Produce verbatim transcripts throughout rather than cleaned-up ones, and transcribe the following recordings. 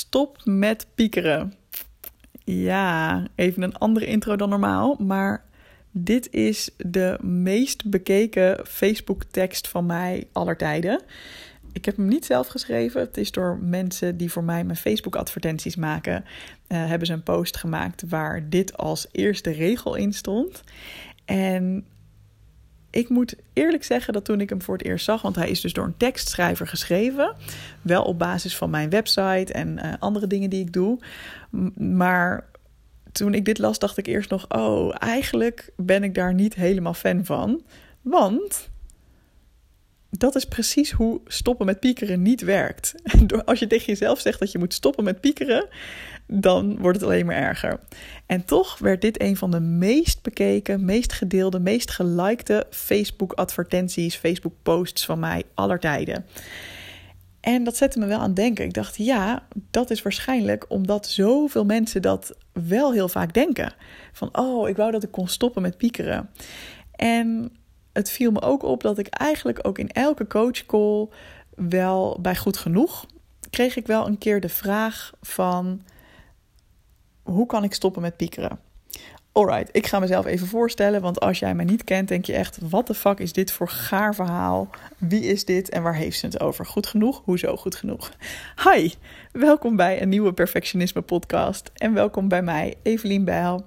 Stop met piekeren. Ja, even een andere intro dan normaal, maar dit is de meest bekeken Facebook-tekst van mij aller tijden. Ik heb hem niet zelf geschreven. Het is door mensen die voor mij mijn Facebook-advertenties maken. Uh, hebben ze een post gemaakt waar dit als eerste regel in stond. En ik moet eerlijk zeggen dat toen ik hem voor het eerst zag, want hij is dus door een tekstschrijver geschreven, wel op basis van mijn website en uh, andere dingen die ik doe. Maar toen ik dit las, dacht ik eerst nog, oh, eigenlijk ben ik daar niet helemaal fan van. Want dat is precies hoe stoppen met piekeren niet werkt. Als je tegen jezelf zegt dat je moet stoppen met piekeren, dan wordt het alleen maar erger. En toch werd dit een van de meest bekeken, meest gedeelde, meest gelikte Facebook-advertenties, Facebook-posts van mij aller tijden. En dat zette me wel aan het denken. Ik dacht, ja, dat is waarschijnlijk omdat zoveel mensen dat wel heel vaak denken. Van, oh, ik wou dat ik kon stoppen met piekeren. En het viel me ook op dat ik eigenlijk ook in elke coachcall wel bij Goed Genoeg kreeg ik wel een keer de vraag van, hoe kan ik stoppen met piekeren? Alright, ik ga mezelf even voorstellen, want als jij mij niet kent, denk je echt, wat de fuck is dit voor gaar verhaal? Wie is dit en waar heeft ze het over? Goed genoeg? Hoezo goed genoeg? Hi, welkom bij een nieuwe Perfectionisme podcast en welkom bij mij, Evelien Bijl.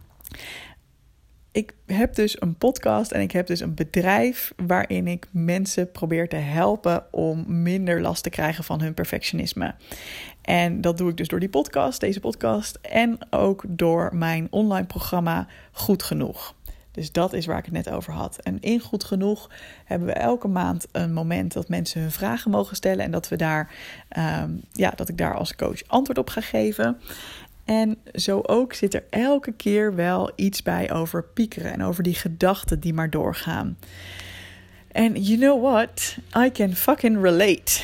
Ik heb dus een podcast en ik heb dus een bedrijf waarin ik mensen probeer te helpen om minder last te krijgen van hun perfectionisme. En dat doe ik dus door die podcast, deze podcast, en ook door mijn online programma Goed Genoeg. Dus dat is waar ik het net over had. En in Goed Genoeg hebben we elke maand een moment dat mensen hun vragen mogen stellen en dat we daar, um, ja, dat ik daar als coach antwoord op ga geven. En zo ook zit er elke keer wel iets bij over piekeren en over die gedachten die maar doorgaan. En you know what? I can fucking relate.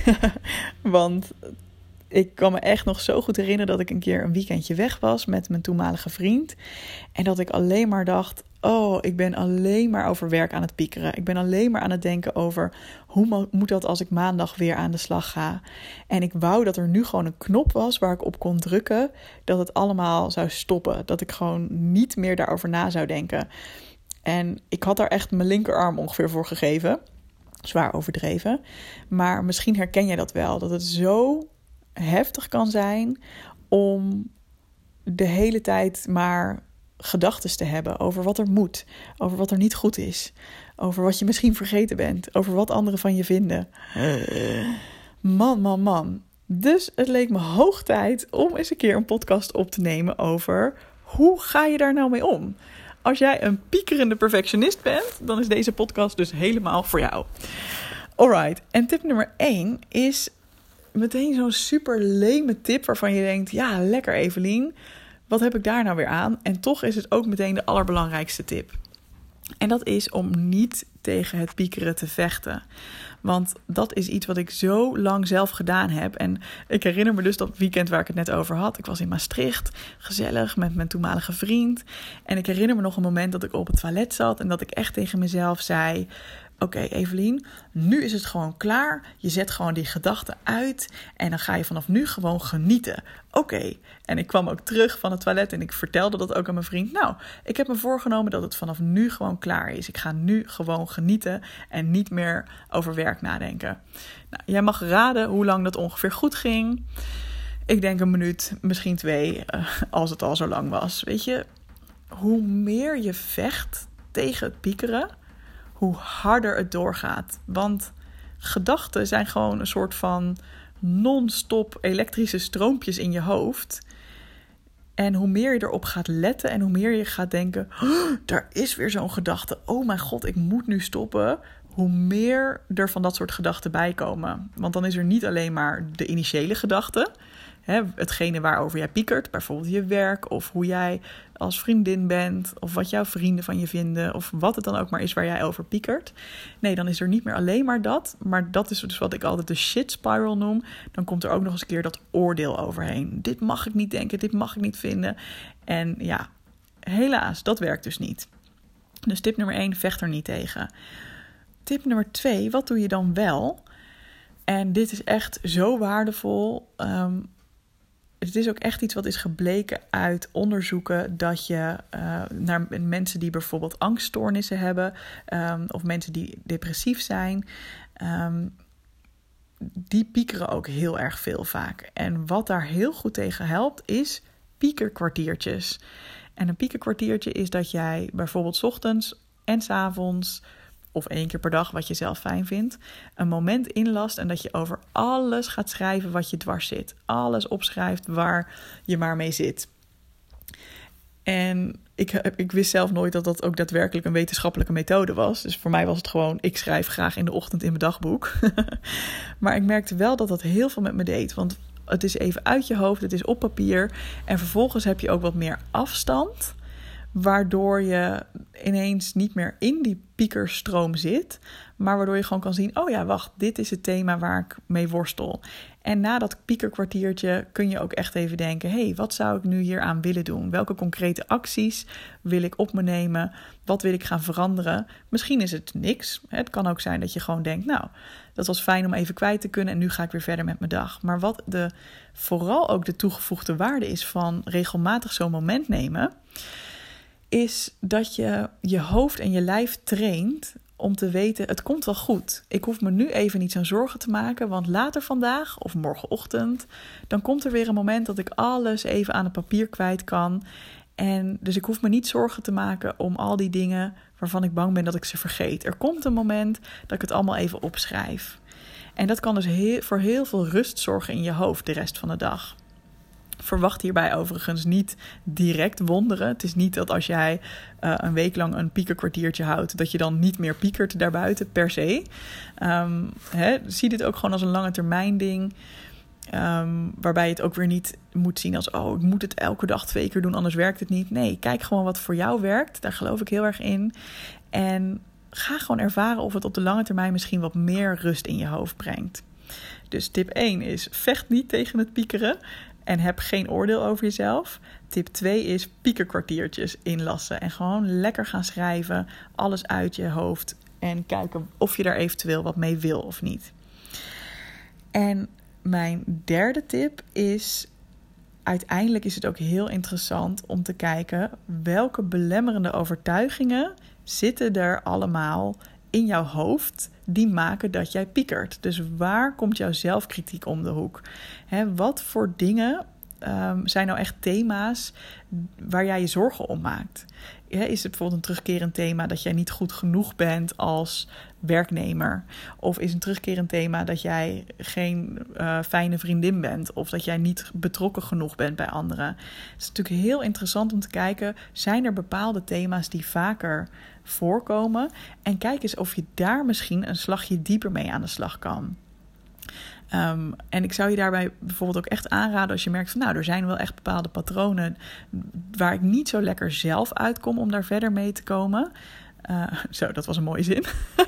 Want ik kan me echt nog zo goed herinneren dat ik een keer een weekendje weg was met mijn toenmalige vriend. En dat ik alleen maar dacht, oh, ik ben alleen maar over werk aan het piekeren. Ik ben alleen maar aan het denken over, hoe moet dat als ik maandag weer aan de slag ga? En ik wou dat er nu gewoon een knop was waar ik op kon drukken, dat het allemaal zou stoppen. Dat ik gewoon niet meer daarover na zou denken. En ik had daar echt mijn linkerarm ongeveer voor gegeven. Zwaar overdreven. Maar misschien herken jij dat wel, dat het zo heftig kan zijn om de hele tijd maar gedachten te hebben over wat er moet, over wat er niet goed is, over wat je misschien vergeten bent, over wat anderen van je vinden. Man, man, man. Dus het leek me hoog tijd om eens een keer een podcast op te nemen over hoe ga je daar nou mee om? Als jij een piekerende perfectionist bent, dan is deze podcast dus helemaal voor jou. Alright, en tip nummer één is meteen zo'n super leme tip waarvan je denkt, ja, lekker Evelien, wat heb ik daar nou weer aan? En toch is het ook meteen de allerbelangrijkste tip. En dat is om niet tegen het piekeren te vechten. Want dat is iets wat ik zo lang zelf gedaan heb. En ik herinner me dus dat weekend waar ik het net over had. Ik was in Maastricht, gezellig met mijn toenmalige vriend. En ik herinner me nog een moment dat ik op het toilet zat en dat ik echt tegen mezelf zei, oké, okay, Evelien, nu is het gewoon klaar. Je zet gewoon die gedachten uit en dan ga je vanaf nu gewoon genieten. Oké. Okay. En ik kwam ook terug van het toilet en ik vertelde dat ook aan mijn vriend. Nou, ik heb me voorgenomen dat het vanaf nu gewoon klaar is. Ik ga nu gewoon genieten en niet meer over werk nadenken. Nou, jij mag raden hoe lang dat ongeveer goed ging. Ik denk een minuut, misschien twee, als het al zo lang was. Weet je, hoe meer je vecht tegen het piekeren, hoe harder het doorgaat. Want gedachten zijn gewoon een soort van non-stop elektrische stroompjes in je hoofd. En hoe meer je erop gaat letten en hoe meer je gaat denken, oh, daar is weer zo'n gedachte. Oh mijn god, ik moet nu stoppen. Hoe meer er van dat soort gedachten bij komen. Want dan is er niet alleen maar de initiële gedachte, hè, hetgene waarover jij piekert, bijvoorbeeld je werk of hoe jij als vriendin bent of wat jouw vrienden van je vinden of wat het dan ook maar is waar jij over piekert. Nee, dan is er niet meer alleen maar dat, maar dat is dus wat ik altijd de shit spiral noem. Dan komt er ook nog eens een keer dat oordeel overheen. Dit mag ik niet denken, dit mag ik niet vinden. En ja, helaas, dat werkt dus niet. Dus tip nummer één, vecht er niet tegen. Tip nummer twee, wat doe je dan wel? En dit is echt zo waardevol. Um, het is ook echt iets wat is gebleken uit onderzoeken, dat je uh, naar mensen die bijvoorbeeld angststoornissen hebben, um, of mensen die depressief zijn, um, die piekeren ook heel erg veel vaak. En wat daar heel goed tegen helpt, is piekerkwartiertjes. En een piekerkwartiertje is dat jij bijvoorbeeld 's ochtends en 's avonds, of één keer per dag, wat je zelf fijn vindt, een moment inlast en dat je over alles gaat schrijven wat je dwars zit. Alles opschrijft waar je maar mee zit. En ik, ik wist zelf nooit dat dat ook daadwerkelijk een wetenschappelijke methode was. Dus voor mij was het gewoon, ik schrijf graag in de ochtend in mijn dagboek. Maar ik merkte wel dat dat heel veel met me deed. Want het is even uit je hoofd, het is op papier. En vervolgens heb je ook wat meer afstand, waardoor je ineens niet meer in die piekerstroom zit, maar waardoor je gewoon kan zien, oh ja, wacht, dit is het thema waar ik mee worstel. En na dat piekerkwartiertje kun je ook echt even denken, hé, hey, wat zou ik nu hier aan willen doen? Welke concrete acties wil ik op me nemen? Wat wil ik gaan veranderen? Misschien is het niks. Het kan ook zijn dat je gewoon denkt, nou, dat was fijn om even kwijt te kunnen en nu ga ik weer verder met mijn dag. Maar wat de, vooral ook de toegevoegde waarde is van regelmatig zo'n moment nemen, is dat je je hoofd en je lijf traint om te weten, het komt wel goed. Ik hoef me nu even niet zo'n zorgen te maken, want later vandaag of morgenochtend, dan komt er weer een moment dat ik alles even aan het papier kwijt kan. En dus ik hoef me niet zorgen te maken om al die dingen waarvan ik bang ben dat ik ze vergeet. Er komt een moment dat ik het allemaal even opschrijf. En dat kan dus heel, voor heel veel rust zorgen in je hoofd de rest van de dag. Verwacht hierbij overigens niet direct wonderen. Het is niet dat als jij uh, een week lang een piekerkwartiertje houdt, dat je dan niet meer piekert daarbuiten per se. Um, hè, zie dit ook gewoon als een lange termijn ding. Um, waarbij je het ook weer niet moet zien als, oh, ik moet het elke dag twee keer doen, anders werkt het niet. Nee, kijk gewoon wat voor jou werkt. Daar geloof ik heel erg in. En ga gewoon ervaren of het op de lange termijn misschien wat meer rust in je hoofd brengt. Dus tip één is, vecht niet tegen het piekeren en heb geen oordeel over jezelf. Tip twee is piekerkwartiertjes inlassen en gewoon lekker gaan schrijven, alles uit je hoofd en kijken of je daar eventueel wat mee wil of niet. En mijn derde tip is, uiteindelijk is het ook heel interessant om te kijken welke belemmerende overtuigingen zitten er allemaal in jouw hoofd die maken dat jij piekert. Dus waar komt jouw zelfkritiek om de hoek? Hè, wat voor dingen um, zijn nou echt thema's waar jij je zorgen om maakt? Hè, is het bijvoorbeeld een terugkerend thema dat jij niet goed genoeg bent als werknemer? Of is een terugkerend thema dat jij geen uh, fijne vriendin bent? Of dat jij niet betrokken genoeg bent bij anderen? Het is natuurlijk heel interessant om te kijken, zijn er bepaalde thema's die vaker voorkomen? En kijk eens of je daar misschien een slagje dieper mee aan de slag kan. Um, en ik zou je daarbij bijvoorbeeld ook echt aanraden als je merkt van, nou, er zijn wel echt bepaalde patronen waar ik niet zo lekker zelf uitkom om daar verder mee te komen. Uh, zo, dat was een mooie zin.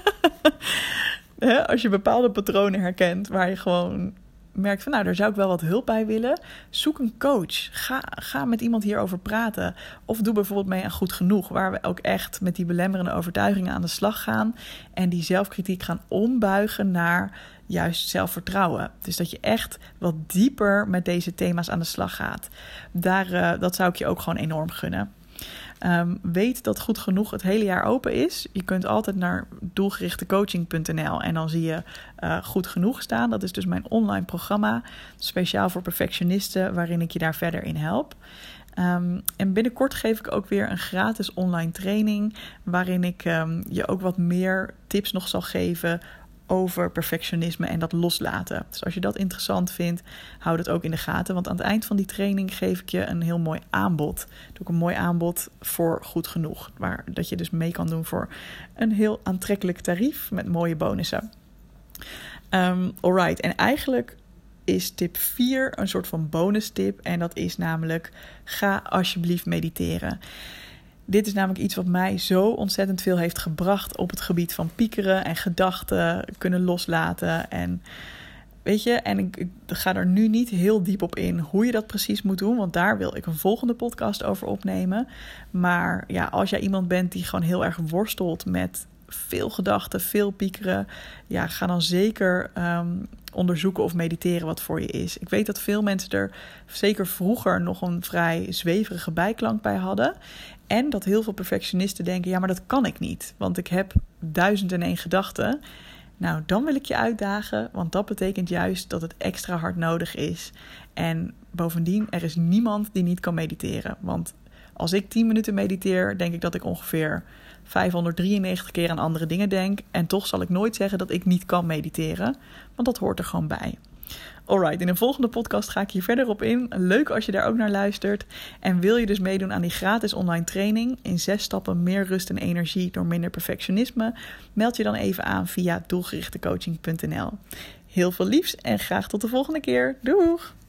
Als je bepaalde patronen herkent waar je gewoon merkt van, nou, daar zou ik wel wat hulp bij willen, zoek een coach. Ga, ga met iemand hierover praten. Of doe bijvoorbeeld mee aan Goed Genoeg, waar we ook echt met die belemmerende overtuigingen aan de slag gaan en die zelfkritiek gaan ombuigen naar juist zelfvertrouwen. Dus dat je echt wat dieper met deze thema's aan de slag gaat. Daar, uh, dat zou ik je ook gewoon enorm gunnen. Um, weet dat Goed Genoeg het hele jaar open is. Je kunt altijd naar doelgerichtecoaching punt n l en dan zie je uh, Goed Genoeg staan. Dat is dus mijn online programma, speciaal voor perfectionisten, waarin ik je daar verder in help. Um, en binnenkort geef ik ook weer een gratis online training, waarin ik um, je ook wat meer tips nog zal geven over perfectionisme en dat loslaten. Dus als je dat interessant vindt, hou dat ook in de gaten. Want aan het eind van die training geef ik je een heel mooi aanbod. Doe ik een mooi aanbod voor Goed Genoeg. Waar dat je dus mee kan doen voor een heel aantrekkelijk tarief met mooie bonussen. Um, alright, en eigenlijk is tip vier een soort van bonus tip. En dat is namelijk, ga alsjeblieft mediteren. Dit is namelijk iets wat mij zo ontzettend veel heeft gebracht op het gebied van piekeren en gedachten kunnen loslaten. En weet je, en ik, ik ga er nu niet heel diep op in hoe je dat precies moet doen, want daar wil ik een volgende podcast over opnemen. Maar ja, als jij iemand bent die gewoon heel erg worstelt met veel gedachten, veel piekeren, ja, ga dan zeker um, onderzoeken of mediteren wat voor je is. Ik weet dat veel mensen er zeker vroeger nog een vrij zweverige bijklank bij hadden. En dat heel veel perfectionisten denken, ja, maar dat kan ik niet. Want ik heb duizend en één gedachten. Nou, dan wil ik je uitdagen, want dat betekent juist dat het extra hard nodig is. En bovendien, er is niemand die niet kan mediteren. Want als ik tien minuten mediteer, denk ik dat ik ongeveer vijfhonderddrieënnegentig keer aan andere dingen denk. En toch zal ik nooit zeggen dat ik niet kan mediteren, want dat hoort er gewoon bij. Alright, in een volgende podcast ga ik hier verder op in. Leuk als je daar ook naar luistert. En wil je dus meedoen aan die gratis online training in zes stappen meer rust en energie door minder perfectionisme? Meld je dan even aan via doelgerichtecoaching punt n l. Heel veel liefs en graag tot de volgende keer. Doeg!